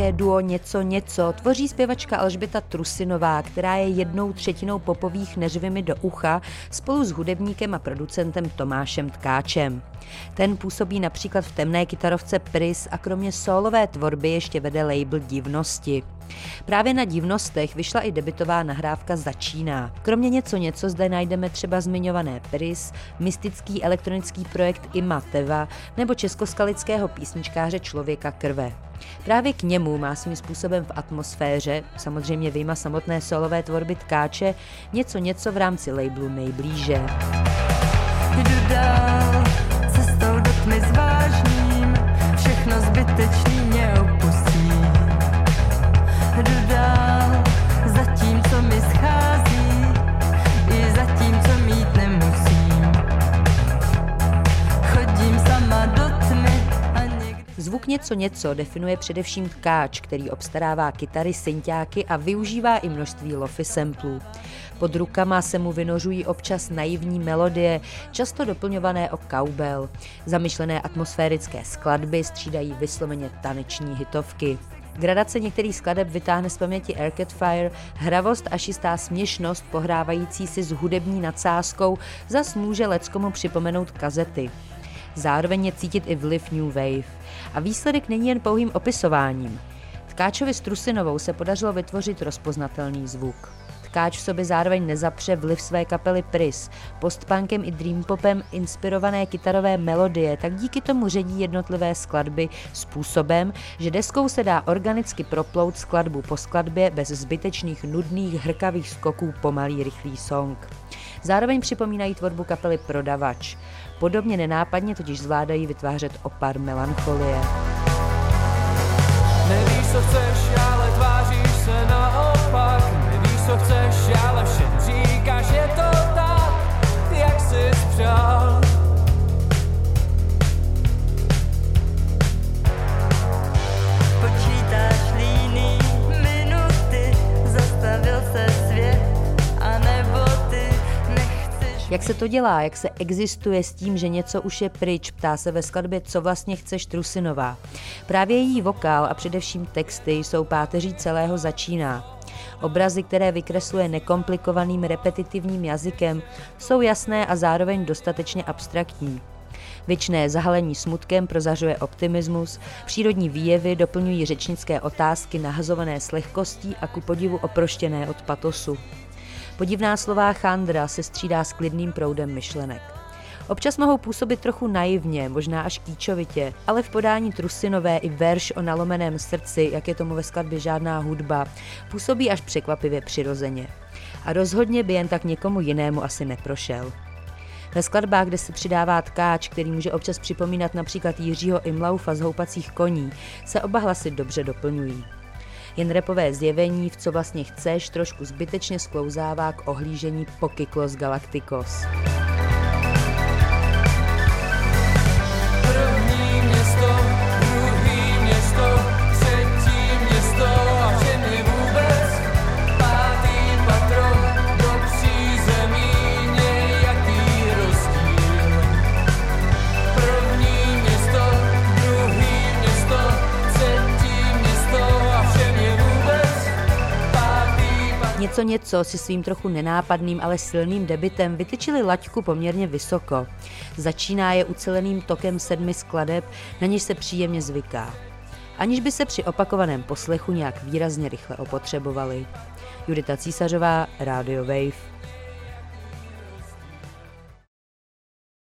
České duo Něco něco tvoří zpěvačka Alžběta Trusinová, která je 1/3 popových Neřvi do ucha spolu s hudebníkem a producentem Tomášem Tkáčem. Ten působí například v temné kytarovce Pris a kromě sólové tvorby ještě vede label Divnosti. Právě na Divnostech vyšla i debutová nahrávka Začíná. Kromě Něco něco zde najdeme třeba zmiňované Pris, mystický elektronický projekt Ima Teva nebo českoskalického písničkáře Člověka krve. Právě k němu má svým způsobem v atmosféře, samozřejmě vyjma samotné solové tvorby Tkáče, něco v rámci labelu nejblíže. Jdu dál, cestou do tmy zvážním, všechno zbytečný mě opustí. Jdu dál, za tím, co mi schází, i za tím, co mít nemusím. Chodím sama do tmy a někdy... Zvuk něco definuje především Tkáč, který obstarává kytary, synťáky a využívá i množství lofi samplů. Pod rukama se mu vynořují občas naivní melodie, často doplňované o cowbell. Zamyšlené atmosférické skladby střídají vysloveně taneční hitovky. Gradace některých skladeb vytáhne z paměti Arcade Fire, hravost a čistá směšnost pohrávající si s hudební nadsázkou zas může leckomu připomenout kazety. Zároveň je cítit i vliv New Wave. A výsledek není jen pouhým opisováním. Tkáčovi s Trusinovou se podařilo vytvořit rozpoznatelný zvuk. Tkáč v sobě zároveň nezapře vliv své kapely Pris. Postpunkem i dreampopem inspirované kytarové melodie tak díky tomu ředí jednotlivé skladby způsobem, že deskou se dá organicky proplout skladbu po skladbě bez zbytečných nudných hrkavých skoků pomalý rychlý song. Zároveň připomínají tvorbu kapely Prodavač. Podobně nenápadně totiž zvládají vytvářet opar melancholie. Nevíš, co chceš, ale tváříš se naopak. Nevíš, co chceš, ale všem říkáš, je to tak, jak jsi přál. Počítáš líný minuty, zastavil se svět, anebo ty nechceš... Jak se to dělá, jak se existuje s tím, že něco už je pryč, ptá se ve skladbě Co vlastně chceš Trusinová. Právě její vokál a především texty jsou páteří celého Začíná. Obrazy, které vykresluje nekomplikovaným repetitivním jazykem, jsou jasné a zároveň dostatečně abstraktní. Věčné zahalení smutkem prozařuje optimismus, přírodní výjevy doplňují řečnické otázky nahazované s lehkostí a ku podivu oproštěné od patosu. Podivná slová chandra se střídá s klidným proudem myšlenek. Občas mohou působit trochu naivně, možná až kýčovitě, ale v podání Trusinové i verš o nalomeném srdci, jak je tomu ve skladbě Žádná hudba, působí až překvapivě přirozeně. A rozhodně by jen tak někomu jinému asi neprošel. Ve skladbách, kde se přidává Tkáč, který může občas připomínat například Jiřího Imlaufa z Houpacích koní, se oba hlasy dobře doplňují. Jen rapové zjevení v Co vlastně chceš trošku zbytečně sklouzává k ohlížení po Kyklos Galacticos. První město, druhý město, třetí město a ženy vůbec. Pátý patro, do přízemí nějaký rozdíl. První město, druhý město, třetí město a ženy vůbec. Pátý patro. Něco si svým trochu nenápadným, ale silným debutem vytyčili laťku poměrně vysoko. Začíná je uceleným tokem 7 skladeb, na něž se příjemně zvyká. Aniž by se při opakovaném poslechu nějak výrazně rychle opotřebovali. Judita Císařová, Radio Wave.